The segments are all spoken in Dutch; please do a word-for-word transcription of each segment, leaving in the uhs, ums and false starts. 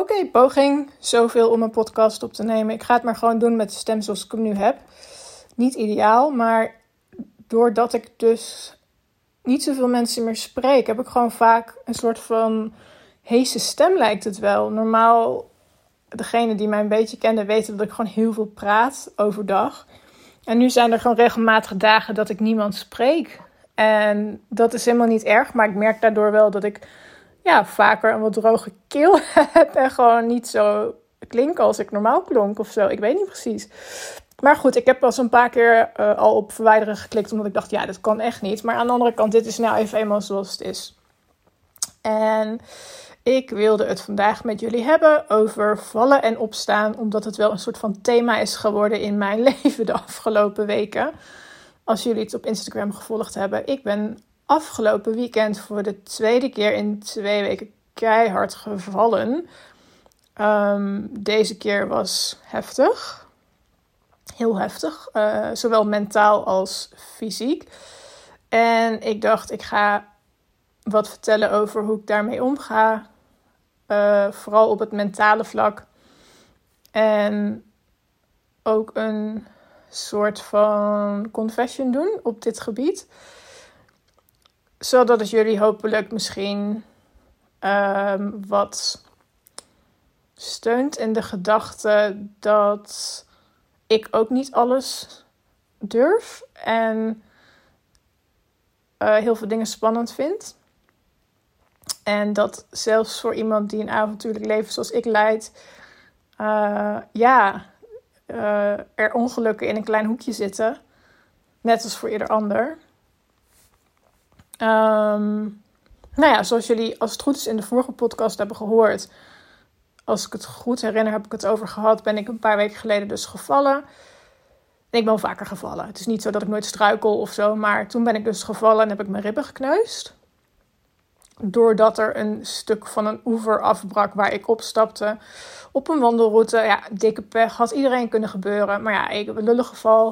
Oké, okay, poging. Zoveel om een podcast op te nemen. Ik ga het maar gewoon doen met de stem zoals ik hem nu heb. Niet ideaal, maar doordat ik dus niet zoveel mensen meer spreek, heb ik gewoon vaak een soort van heese stem, lijkt het wel. Normaal, degene die mij een beetje kennen weten dat ik gewoon heel veel praat overdag. En nu zijn er gewoon regelmatige dagen dat ik niemand spreek. En dat is helemaal niet erg, maar ik merk daardoor wel dat ik ja, vaker een wat droge keel heb en gewoon niet zo klink als ik normaal klonk of zo. Ik weet niet precies. Maar goed, ik heb pas een paar keer uh, al op verwijderen geklikt, omdat ik dacht, ja, dat kan echt niet. Maar aan de andere kant, dit is nou even eenmaal zoals het is. En ik wilde het vandaag met jullie hebben over vallen en opstaan, omdat het wel een soort van thema is geworden in mijn leven de afgelopen weken. Als jullie het op Instagram gevolgd hebben. Ik ben afgelopen weekend voor de tweede keer in twee weken keihard gevallen. Um, deze keer was heftig. Heel heftig. Uh, zowel mentaal als fysiek. En ik dacht, ik ga wat vertellen over hoe ik daarmee omga. Uh, vooral op het mentale vlak. En ook een soort van confession doen op dit gebied. Zodat het jullie hopelijk misschien um, wat steunt in de gedachte dat ik ook niet alles durf. En uh, heel veel dingen spannend vind. En dat zelfs voor iemand die een avontuurlijk leven zoals ik leidt, uh, ja, uh, er ongelukken in een klein hoekje zitten. Net als voor ieder ander. Um, nou ja, zoals jullie als het goed is in de vorige podcast hebben gehoord, als ik het goed herinner heb ik het over gehad, ben ik een paar weken geleden dus gevallen. En ik ben wel vaker gevallen. Het is niet zo dat ik nooit struikel of zo, maar toen ben ik dus gevallen en heb ik mijn ribben gekneusd. Doordat er een stuk van een oever afbrak waar ik opstapte op een wandelroute. Ja, dikke pech, had iedereen kunnen gebeuren. Maar ja, ik heb een lullig geval.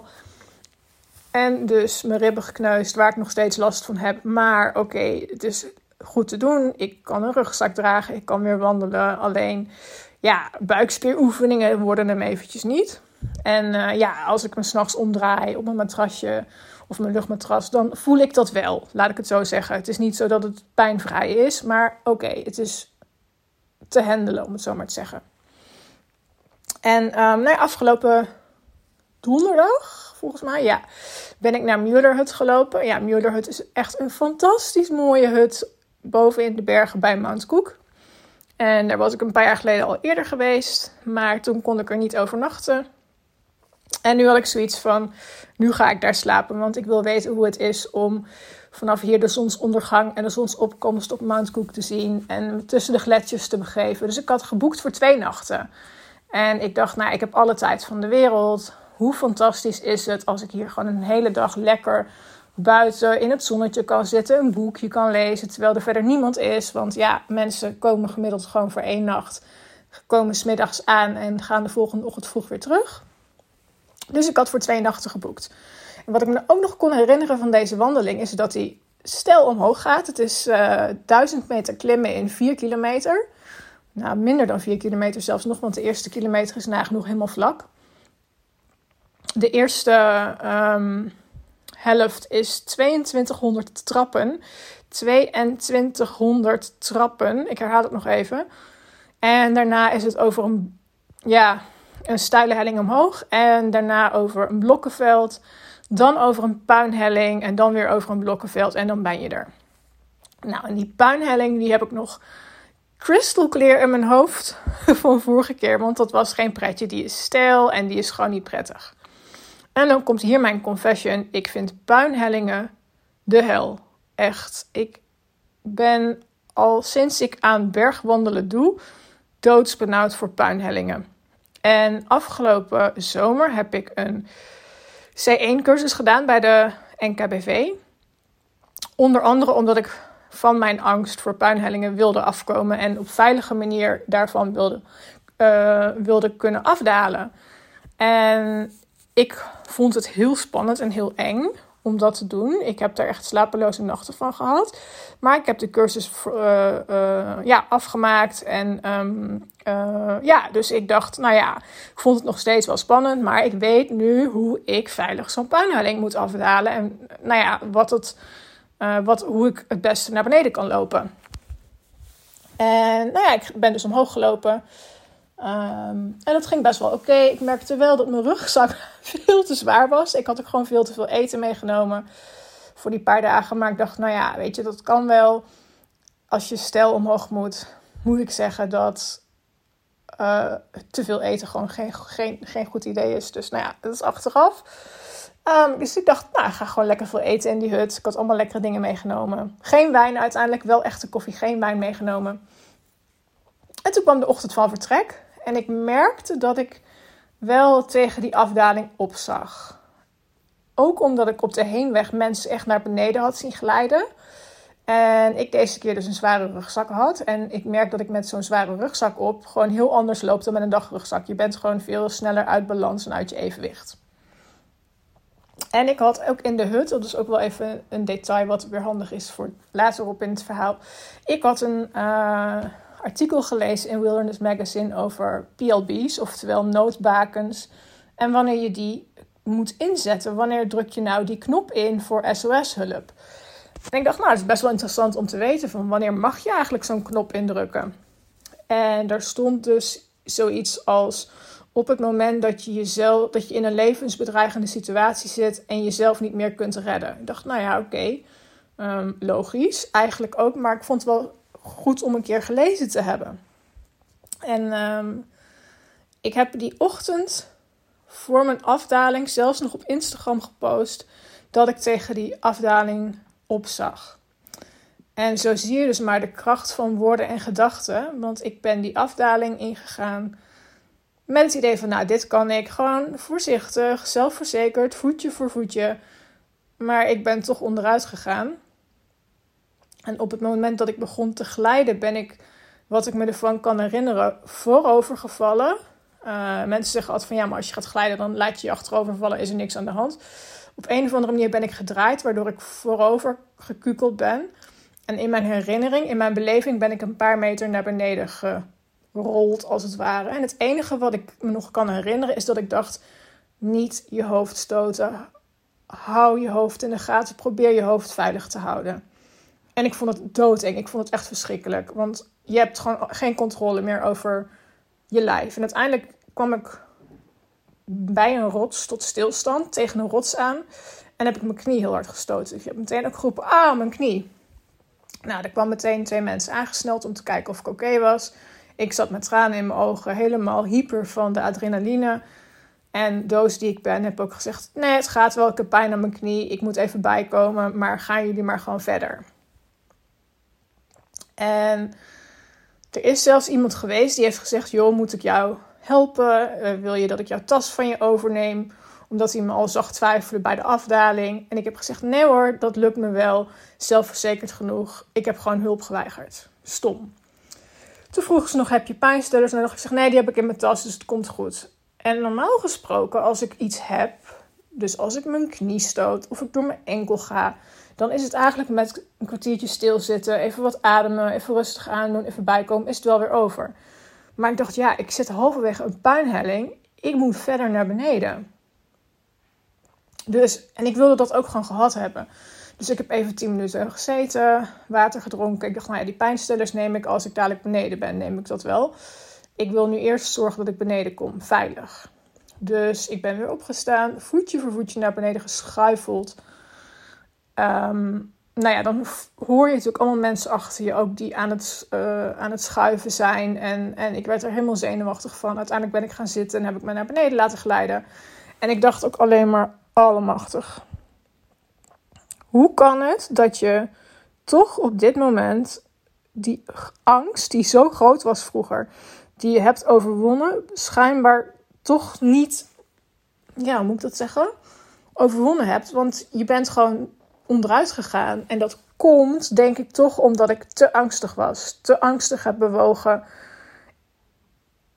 En dus mijn ribben gekneusd, waar ik nog steeds last van heb. Maar oké, okay, het is goed te doen. Ik kan een rugzak dragen, ik kan weer wandelen. Alleen, ja, buikspieroefeningen worden hem eventjes niet. En uh, ja, als ik me 's nachts omdraai op mijn matrasje of mijn luchtmatras, dan voel ik dat wel. Laat ik het zo zeggen. Het is niet zo dat het pijnvrij is, maar oké, okay, het is te handelen, om het zo maar te zeggen. En um, nou ja, afgelopen donderdag, volgens mij, ja, ben ik naar Muellerhut gelopen. Ja, Muellerhut is echt een fantastisch mooie hut boven in de bergen bij Mount Cook. En daar was ik een paar jaar geleden al eerder geweest, maar toen kon ik er niet overnachten. En nu had ik zoiets van, nu ga ik daar slapen, want ik wil weten hoe het is om vanaf hier de zonsondergang en de zonsopkomst op Mount Cook te zien en tussen de gletsjers te begeven. Dus ik had geboekt voor twee nachten. En ik dacht, nou, ik heb alle tijd van de wereld. Hoe fantastisch is het als ik hier gewoon een hele dag lekker buiten in het zonnetje kan zitten, een boekje kan lezen, terwijl er verder niemand is. Want ja, mensen komen gemiddeld gewoon voor één nacht, komen 's middags aan en gaan de volgende ochtend vroeg weer terug. Dus ik had voor twee nachten geboekt. En wat ik me ook nog kon herinneren van deze wandeling is dat hij steil omhoog gaat. Het is uh, duizend meter klimmen in vier kilometer. Nou, minder dan vier kilometer zelfs nog, want de eerste kilometer is nagenoeg helemaal vlak. De eerste um, helft is tweeëntwintighonderd trappen. tweeëntwintighonderd trappen. Ik herhaal het nog even. En daarna is het over een, ja, een steile helling omhoog. En daarna over een blokkenveld. Dan over een puinhelling. En dan weer over een blokkenveld. En dan ben je er. Nou, en die puinhelling die heb ik nog crystal clear in mijn hoofd van vorige keer. Want dat was geen pretje. Die is steil en die is gewoon niet prettig. En dan komt hier mijn confession. Ik vind puinhellingen de hel. Echt. Ik ben al sinds ik aan bergwandelen doe, doodsbenauwd voor puinhellingen. En afgelopen zomer heb ik een C één cursus gedaan bij de N K B V. Onder andere omdat ik van mijn angst voor puinhellingen wilde afkomen en op veilige manier daarvan wilde, uh, wilde kunnen afdalen. En ik vond het heel spannend en heel eng om dat te doen. Ik heb daar echt slapeloze nachten van gehad. Maar ik heb de cursus uh, uh, ja, afgemaakt. En um, uh, ja, dus ik dacht, nou ja, ik vond het nog steeds wel spannend. Maar ik weet nu hoe ik veilig zo'n puinhelling moet afdalen. En nou ja, wat het, uh, wat, hoe ik het beste naar beneden kan lopen. En nou ja, ik ben dus omhoog gelopen. Um, en dat ging best wel oké. Okay. Ik merkte wel dat mijn rugzak veel te zwaar was. Ik had ook gewoon veel te veel eten meegenomen voor die paar dagen. Maar ik dacht, nou ja, weet je, dat kan wel. Als je steil omhoog moet, moet ik zeggen dat uh, te veel eten gewoon geen, geen, geen goed idee is. Dus nou ja, dat is achteraf. Um, dus ik dacht, nou, ik ga gewoon lekker veel eten in die hut. Ik had allemaal lekkere dingen meegenomen. Geen wijn uiteindelijk, wel echte koffie, geen wijn meegenomen. En toen kwam de ochtend van vertrek. En ik merkte dat ik wel tegen die afdaling opzag. Ook omdat ik op de heenweg mensen echt naar beneden had zien glijden. En ik deze keer dus een zware rugzak had. En ik merk dat ik met zo'n zware rugzak op gewoon heel anders loop dan met een dagrugzak. Je bent gewoon veel sneller uit balans en uit je evenwicht. En ik had ook in de hut, dat is ook wel even een detail wat weer handig is voor later op in het verhaal. Ik had een uh, artikel gelezen in Wilderness Magazine over P L B's, oftewel noodbakens. En wanneer je die moet inzetten, wanneer druk je nou die knop in voor S O S-hulp. En ik dacht, nou, het is best wel interessant om te weten van wanneer mag je eigenlijk zo'n knop indrukken. En daar stond dus zoiets als op het moment dat je jezelf, dat je in een levensbedreigende situatie zit en jezelf niet meer kunt redden. Ik dacht, nou ja, oké, okay, um, logisch, eigenlijk ook, maar ik vond het wel goed om een keer gelezen te hebben. En um, ik heb die ochtend voor mijn afdaling zelfs nog op Instagram gepost dat ik tegen die afdaling opzag. En zo zie je dus maar de kracht van woorden en gedachten, want ik ben die afdaling ingegaan met het idee van, nou, dit kan ik gewoon voorzichtig, zelfverzekerd, voetje voor voetje. Maar ik ben toch onderuit gegaan. En op het moment dat ik begon te glijden, ben ik, wat ik me ervan kan herinneren, voorover gevallen. Uh, mensen zeggen altijd van, ja, maar als je gaat glijden, dan laat je je achterover vallen, is er niks aan de hand. Op een of andere manier ben ik gedraaid, waardoor ik voorover gekukeld ben. En in mijn herinnering, in mijn beleving, ben ik een paar meter naar beneden gegaan. Rolt als het ware. En het enige wat ik me nog kan herinneren is dat ik dacht, niet je hoofd stoten. Hou je hoofd in de gaten. Probeer je hoofd veilig te houden. En ik vond het doodeng. Ik vond het echt verschrikkelijk. Want je hebt gewoon geen controle meer over je lijf. En uiteindelijk kwam ik bij een rots tot stilstand. Tegen een rots aan. En heb ik mijn knie heel hard gestoten. Dus ik heb meteen ook geroepen, ah, mijn knie. Nou, er kwam meteen twee mensen aangesneld om te kijken of ik oké okay was. Ik zat met tranen in mijn ogen, helemaal hyper van de adrenaline. En doos die ik ben, heb ook gezegd, nee, het gaat wel, ik heb pijn aan mijn knie. Ik moet even bijkomen, maar gaan jullie maar gewoon verder. En er is zelfs iemand geweest die heeft gezegd, joh, moet ik jou helpen? Uh, wil je dat ik jouw tas van je overneem? Omdat hij me al zag twijfelen bij de afdaling. En ik heb gezegd, nee hoor, dat lukt me wel. Zelfverzekerd genoeg. Ik heb gewoon hulp geweigerd. Stom. Toen vroegen ze nog, heb je pijnstillers nodig? Ik zeg, nee, die heb ik in mijn tas, dus het komt goed. En normaal gesproken, als ik iets heb, dus als ik mijn knie stoot of ik door mijn enkel ga, dan is het eigenlijk met een kwartiertje stilzitten, even wat ademen, even rustig aandoen, even bijkomen, is het wel weer over. Maar ik dacht, ja, ik zit halverwege een puinhelling, ik moet verder naar beneden. Dus, en ik wilde dat ook gewoon gehad hebben. Dus ik heb even tien minuten gezeten, water gedronken. Ik dacht, nou ja, die pijnstillers neem ik als ik dadelijk beneden ben, neem ik dat wel. Ik wil nu eerst zorgen dat ik beneden kom, veilig. Dus ik ben weer opgestaan, voetje voor voetje naar beneden geschuifeld. Um, nou ja, dan hoor je natuurlijk allemaal mensen achter je ook die aan het, uh, aan het schuiven zijn. En, en ik werd er helemaal zenuwachtig van. Uiteindelijk ben ik gaan zitten en heb ik me naar beneden laten glijden. En ik dacht ook alleen maar, allemachtig. Hoe kan het dat je toch op dit moment die angst die zo groot was vroeger, die je hebt overwonnen, schijnbaar toch niet, ja, hoe moet ik dat zeggen, overwonnen hebt. Want je bent gewoon onderuit gegaan. En dat komt, denk ik, toch omdat ik te angstig was. Te angstig heb bewogen.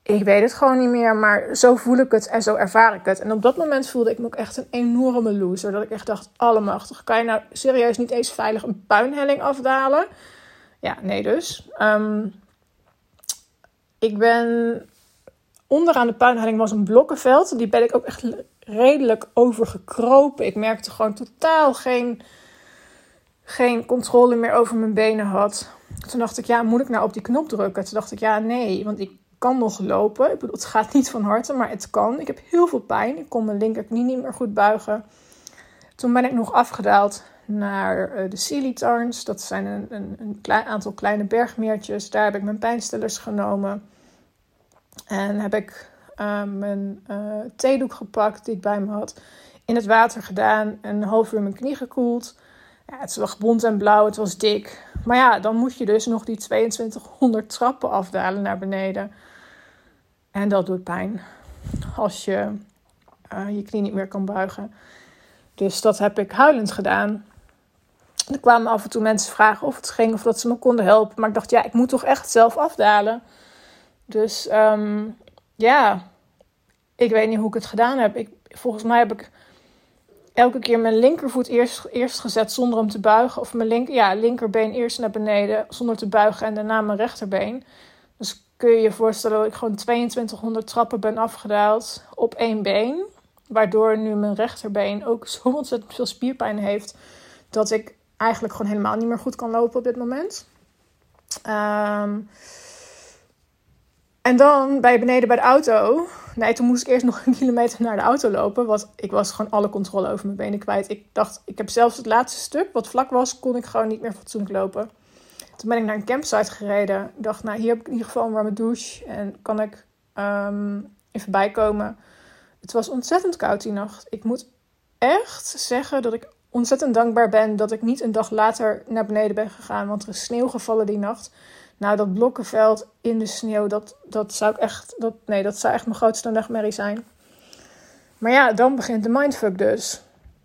Ik weet het gewoon niet meer, maar zo voel ik het en zo ervaar ik het. En op dat moment voelde ik me ook echt een enorme loser. Dat ik echt dacht, allemachtig, kan je nou serieus niet eens veilig een puinhelling afdalen? Ja, nee dus. Um, ik ben... Onderaan de puinhelling was een blokkenveld. Die ben ik ook echt redelijk overgekropen. Ik merkte gewoon totaal geen, geen controle meer over mijn benen had. Toen dacht ik, ja, moet ik nou op die knop drukken? Toen dacht ik, ja, nee, want ik kan nog lopen. Ik bedoel, het gaat niet van harte, maar het kan. Ik heb heel veel pijn. Ik kon mijn linkerknie niet meer goed buigen. Toen ben ik nog afgedaald naar uh, de Scilly Tarns. Dat zijn een, een, een klein aantal kleine bergmeertjes. Daar heb ik mijn pijnstillers genomen. En heb ik uh, mijn uh, theedoek gepakt die ik bij me had. In het water gedaan. Een half uur mijn knie gekoeld. Ja, het lag bont en blauw. Het was dik. Maar ja, dan moet je dus nog die tweeëntwintighonderd trappen afdalen naar beneden. En dat doet pijn. Als je uh, je knie niet meer kan buigen. Dus dat heb ik huilend gedaan. Er kwamen af en toe mensen vragen of het ging. Of dat ze me konden helpen. Maar ik dacht, ja, ik moet toch echt zelf afdalen. Dus um, ja, ik weet niet hoe ik het gedaan heb. Ik, volgens mij heb ik elke keer mijn linkervoet eerst, eerst gezet zonder hem te buigen. Of mijn linker, ja, linkerbeen eerst naar beneden zonder te buigen en daarna mijn rechterbeen. Dus kun je je voorstellen dat ik gewoon tweeëntwintighonderd trappen ben afgedaald op één been. Waardoor nu mijn rechterbeen ook zo ontzettend veel spierpijn heeft. Dat ik eigenlijk gewoon helemaal niet meer goed kan lopen op dit moment. Um, En dan ben je beneden bij de auto. Nee, toen moest ik eerst nog een kilometer naar de auto lopen. Want ik was gewoon alle controle over mijn benen kwijt. Ik dacht, ik heb zelfs het laatste stuk, wat vlak was, kon ik gewoon niet meer fatsoenlijk lopen. Toen ben ik naar een campsite gereden. Ik dacht, nou, hier heb ik in ieder geval een warme douche. En kan ik um, even bijkomen. Het was ontzettend koud die nacht. Ik moet echt zeggen dat ik ontzettend dankbaar ben dat ik niet een dag later naar beneden ben gegaan. Want er is sneeuw gevallen die nacht. Nou, dat blokkenveld in de sneeuw, dat, dat zou ik echt, dat, nee, dat zou echt mijn grootste nachtmerrie zijn. Maar ja, dan begint de mindfuck dus.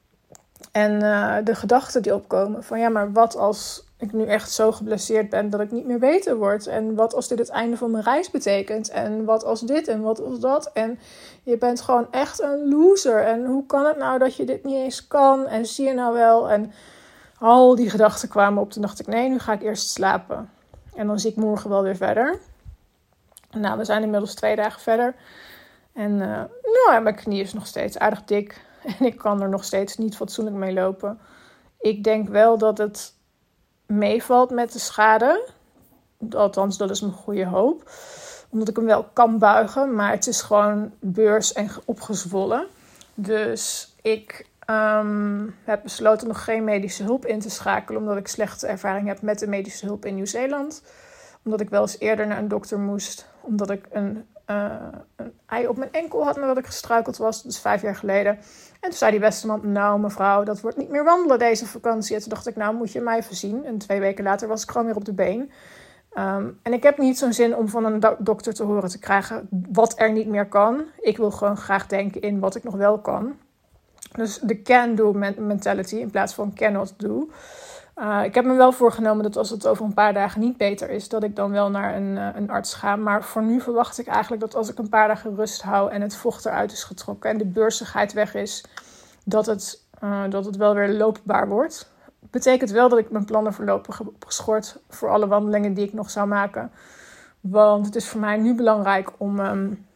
En uh, de gedachten die opkomen van ja, maar wat als ik nu echt zo geblesseerd ben dat ik niet meer beter word? En wat als dit het einde van mijn reis betekent? En wat als dit en wat als dat? En je bent gewoon echt een loser. En hoe kan het nou dat je dit niet eens kan? En zie je nou wel? En al die gedachten kwamen op. Toen dacht ik, nee, nu ga ik eerst slapen. En dan zie ik morgen wel weer verder. Nou, we zijn inmiddels twee dagen verder. En uh, nou, ja, mijn knie is nog steeds aardig dik. En ik kan er nog steeds niet fatsoenlijk mee lopen. Ik denk wel dat het meevalt met de schade. Althans, dat is mijn goede hoop. Omdat ik hem wel kan buigen. Maar het is gewoon beurs en opgezwollen. Dus ik um, heb besloten nog geen medische hulp in te schakelen. Omdat ik slechte ervaring heb met de medische hulp in Nieuw-Zeeland. Omdat ik wel eens eerder naar een dokter moest. Omdat ik een, uh, een ei op mijn enkel had nadat ik gestruikeld was. Dus vijf jaar geleden. En toen zei die beste man, nou mevrouw, dat wordt niet meer wandelen deze vakantie. En toen dacht ik, nou moet je mij even zien. En twee weken later was ik gewoon weer op de been. Um, en ik heb niet zo'n zin om van een do- dokter te horen te krijgen wat er niet meer kan. Ik wil gewoon graag denken in wat ik nog wel kan. Dus de can-do mentality in plaats van cannot do. Uh, ik heb me wel voorgenomen dat als het over een paar dagen niet beter is, dat ik dan wel naar een, uh, een arts ga. Maar voor nu verwacht ik eigenlijk dat als ik een paar dagen rust hou en het vocht eruit is getrokken en de beursigheid weg is, dat het, uh, dat het wel weer loopbaar wordt. Betekent wel dat ik mijn plannen voorlopig heb geschort voor alle wandelingen die ik nog zou maken. Want het is voor mij nu belangrijk om, um,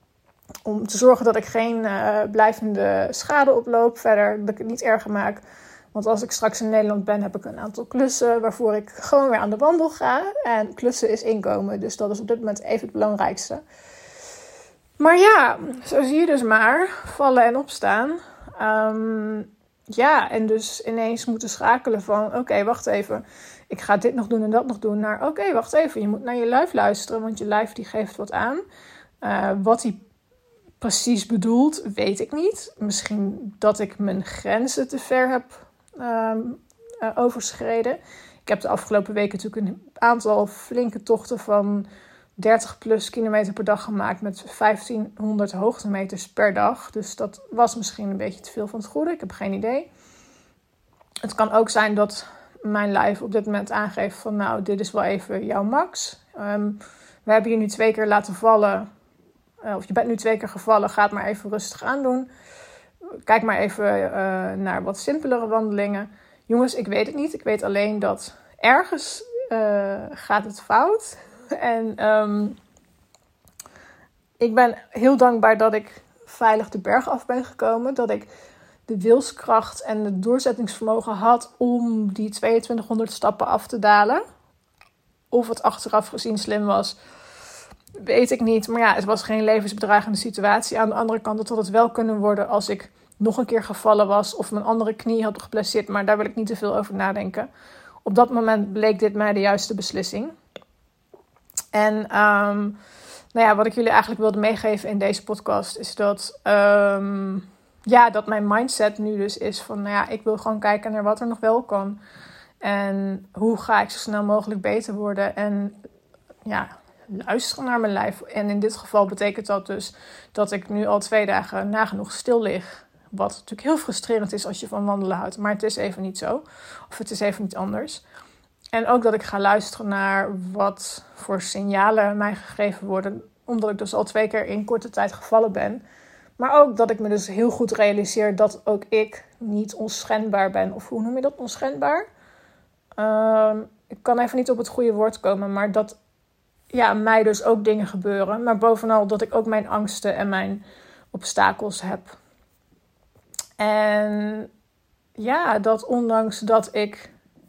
om te zorgen dat ik geen uh, blijvende schade oploop. Verder dat ik het niet erger maak. Want als ik straks in Nederland ben, heb ik een aantal klussen waarvoor ik gewoon weer aan de wandel ga. En klussen is inkomen, dus dat is op dit moment even het belangrijkste. Maar ja, zo zie je dus maar. Vallen en opstaan. Um, ja, en dus ineens moeten schakelen van, oké, okay, wacht even. Ik ga dit nog doen en dat nog doen. Naar, oké, okay, wacht even. Je moet naar je lijf luisteren, want je lijf die geeft wat aan. Uh, wat hij precies bedoelt, weet ik niet. Misschien dat ik mijn grenzen te ver heb Um, uh, overschreden. Ik heb de afgelopen weken natuurlijk een aantal flinke tochten van dertig plus kilometer per dag gemaakt met vijftienhonderd hoogtemeters per dag. Dus dat was misschien een beetje te veel van het goede. Ik heb geen idee. Het kan ook zijn dat mijn lijf op dit moment aangeeft van nou, dit is wel even jouw max. Um, we hebben je nu twee keer laten vallen. Uh, of je bent nu twee keer gevallen, ga het maar even rustig aandoen. Kijk maar even uh, naar wat simpelere wandelingen. Jongens, ik weet het niet. Ik weet alleen dat ergens uh, gaat het fout. En um, ik ben heel dankbaar dat ik veilig de berg af ben gekomen. Dat ik de wilskracht en het doorzettingsvermogen had om die tweeëntwintighonderd stappen af te dalen. Of het achteraf gezien slim was, weet ik niet. Maar ja, het was geen levensbedreigende situatie. Aan de andere kant, het had het wel kunnen worden als ik nog een keer gevallen was of mijn andere knie had geblesseerd. Maar daar wil ik niet te veel over nadenken. Op dat moment bleek dit mij de juiste beslissing. En um, nou ja, wat ik jullie eigenlijk wilde meegeven in deze podcast is dat, um, ja, dat mijn mindset nu dus is van, nou ja, ik wil gewoon kijken naar wat er nog wel kan. En hoe ga ik zo snel mogelijk beter worden en ja, luisteren naar mijn lijf. En in dit geval betekent dat dus dat ik nu al twee dagen nagenoeg stil lig. Wat natuurlijk heel frustrerend is als je van wandelen houdt. Maar het is even niet zo. Of het is even niet anders. En ook dat ik ga luisteren naar wat voor signalen mij gegeven worden. Omdat ik dus al twee keer in korte tijd gevallen ben. Maar ook dat ik me dus heel goed realiseer dat ook ik niet onschendbaar ben. Of hoe noem je dat, onschendbaar? Uh, ik kan even niet op het goede woord komen. Maar dat ja, mij dus ook dingen gebeuren. Maar bovenal dat ik ook mijn angsten en mijn obstakels heb. En ja, dat ondanks dat ik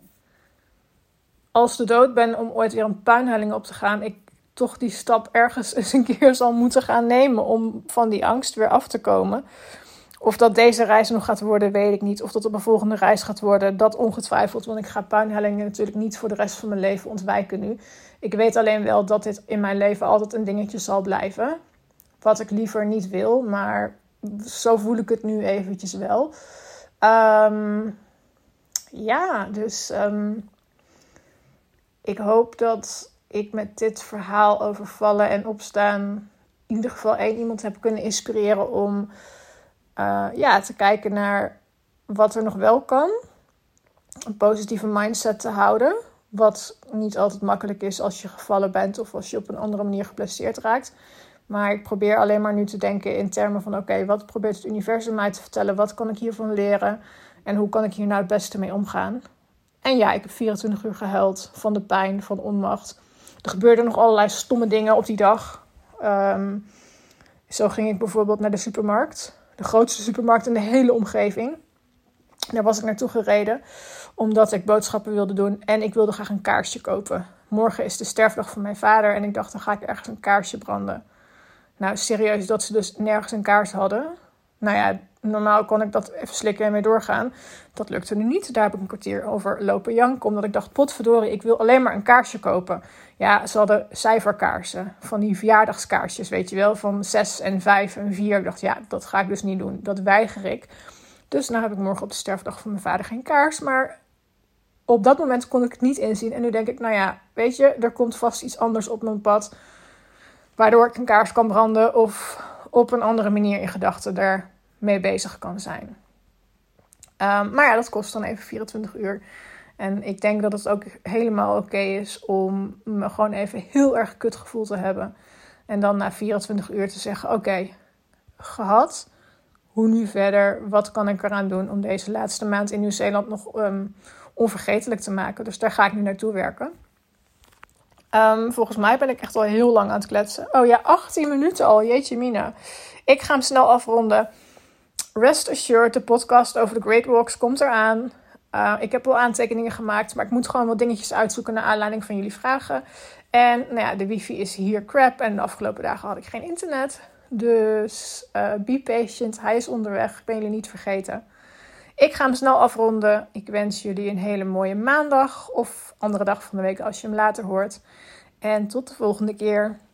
als de dood ben om ooit weer een puinhelling op te gaan, ik toch die stap ergens eens een keer zal moeten gaan nemen om van die angst weer af te komen. Of dat deze reis nog gaat worden, weet ik niet. Of dat op een volgende reis gaat worden, dat ongetwijfeld. Want ik ga puinhellingen natuurlijk niet voor de rest van mijn leven ontwijken nu. Ik weet alleen wel dat dit in mijn leven altijd een dingetje zal blijven. Wat ik liever niet wil, maar zo voel ik het nu eventjes wel. Um, ja, dus um, ik hoop dat ik met dit verhaal over vallen en opstaan in ieder geval één iemand heb kunnen inspireren om uh, ja, te kijken naar wat er nog wel kan. Een positieve mindset te houden. Wat niet altijd makkelijk is als je gevallen bent of als je op een andere manier geblesseerd raakt. Maar ik probeer alleen maar nu te denken in termen van oké, okay, wat probeert het universum mij te vertellen? Wat kan ik hiervan leren? En hoe kan ik hier nou het beste mee omgaan? En ja, ik heb vierentwintig uur gehuild van de pijn, van onmacht. Er gebeurden nog allerlei stomme dingen op die dag. Um, zo ging ik bijvoorbeeld naar de supermarkt. De grootste supermarkt in de hele omgeving. Daar was ik naartoe gereden omdat ik boodschappen wilde doen. En ik wilde graag een kaarsje kopen. Morgen is de sterfdag van mijn vader. En ik dacht, dan ga ik ergens een kaarsje branden. Nou, serieus, dat ze dus nergens een kaars hadden. Nou ja, normaal kon ik dat even slikken en weer doorgaan. Dat lukte nu niet. Daar heb ik een kwartier over lopen janken. Omdat ik dacht, potverdorie, ik wil alleen maar een kaarsje kopen. Ja, ze hadden cijferkaarsen. Van die verjaardagskaarsjes, weet je wel. Van zes en vijf en vier. Ik dacht, ja, dat ga ik dus niet doen. Dat weiger ik. Dus nou heb ik morgen op de sterfdag van mijn vader geen kaars. Maar op dat moment kon ik het niet inzien. En nu denk ik, nou ja, weet je, er komt vast iets anders op mijn pad. Waardoor ik een kaars kan branden of op een andere manier in gedachten daarmee bezig kan zijn. Um, maar ja, dat kost dan even vierentwintig uur. En ik denk dat het ook helemaal oké is om me gewoon even heel erg kutgevoel te hebben. En dan na vierentwintig uur te zeggen, oké, okay, gehad. Hoe nu verder? Wat kan ik eraan doen om deze laatste maand in Nieuw-Zeeland nog um, onvergetelijk te maken? Dus daar ga ik nu naartoe werken. Um, volgens mij ben ik echt al heel lang aan het kletsen. Oh ja, achttien minuten al. Jeetje mina. Ik ga hem snel afronden. Rest assured, de podcast over de Great Walks komt eraan. Uh, ik heb al aantekeningen gemaakt, maar ik moet gewoon wat dingetjes uitzoeken naar aanleiding van jullie vragen. En nou ja, de wifi is hier crap en de afgelopen dagen had ik geen internet. Dus uh, be patient, hij is onderweg. Ik ben jullie niet vergeten. Ik ga hem snel afronden. Ik wens jullie een hele mooie maandag of andere dag van de week als je hem later hoort. En tot de volgende keer.